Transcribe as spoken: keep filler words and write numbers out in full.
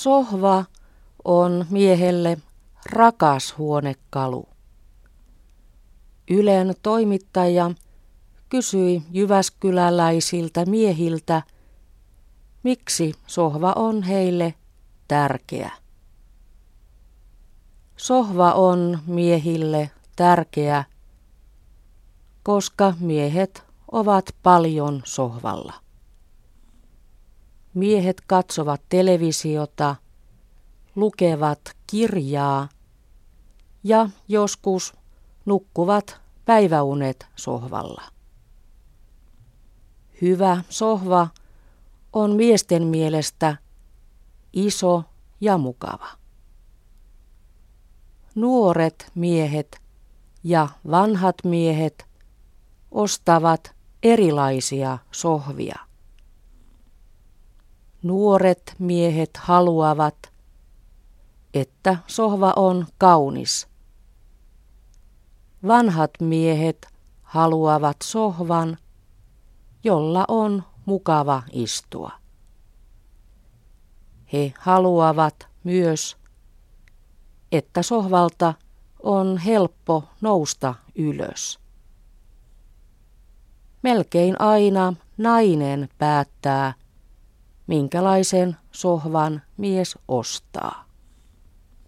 Sohva on miehelle rakas huonekalu. Ylen toimittaja kysyi jyväskyläläisiltä miehiltä, miksi sohva on heille tärkeä. Sohva on miehille tärkeä, koska miehet ovat paljon sohvalla. Miehet katsovat televisiota, lukevat kirjaa ja joskus nukkuvat päiväunet sohvalla. Hyvä sohva on miesten mielestä iso ja mukava. Nuoret miehet ja vanhat miehet ostavat erilaisia sohvia. Nuoret miehet haluavat, että sohva on kaunis. Vanhat miehet haluavat sohvan, jolla on mukava istua. He haluavat myös, että sohvalta on helppo nousta ylös. Melkein aina nainen päättää, minkälaisen sohvan mies ostaa.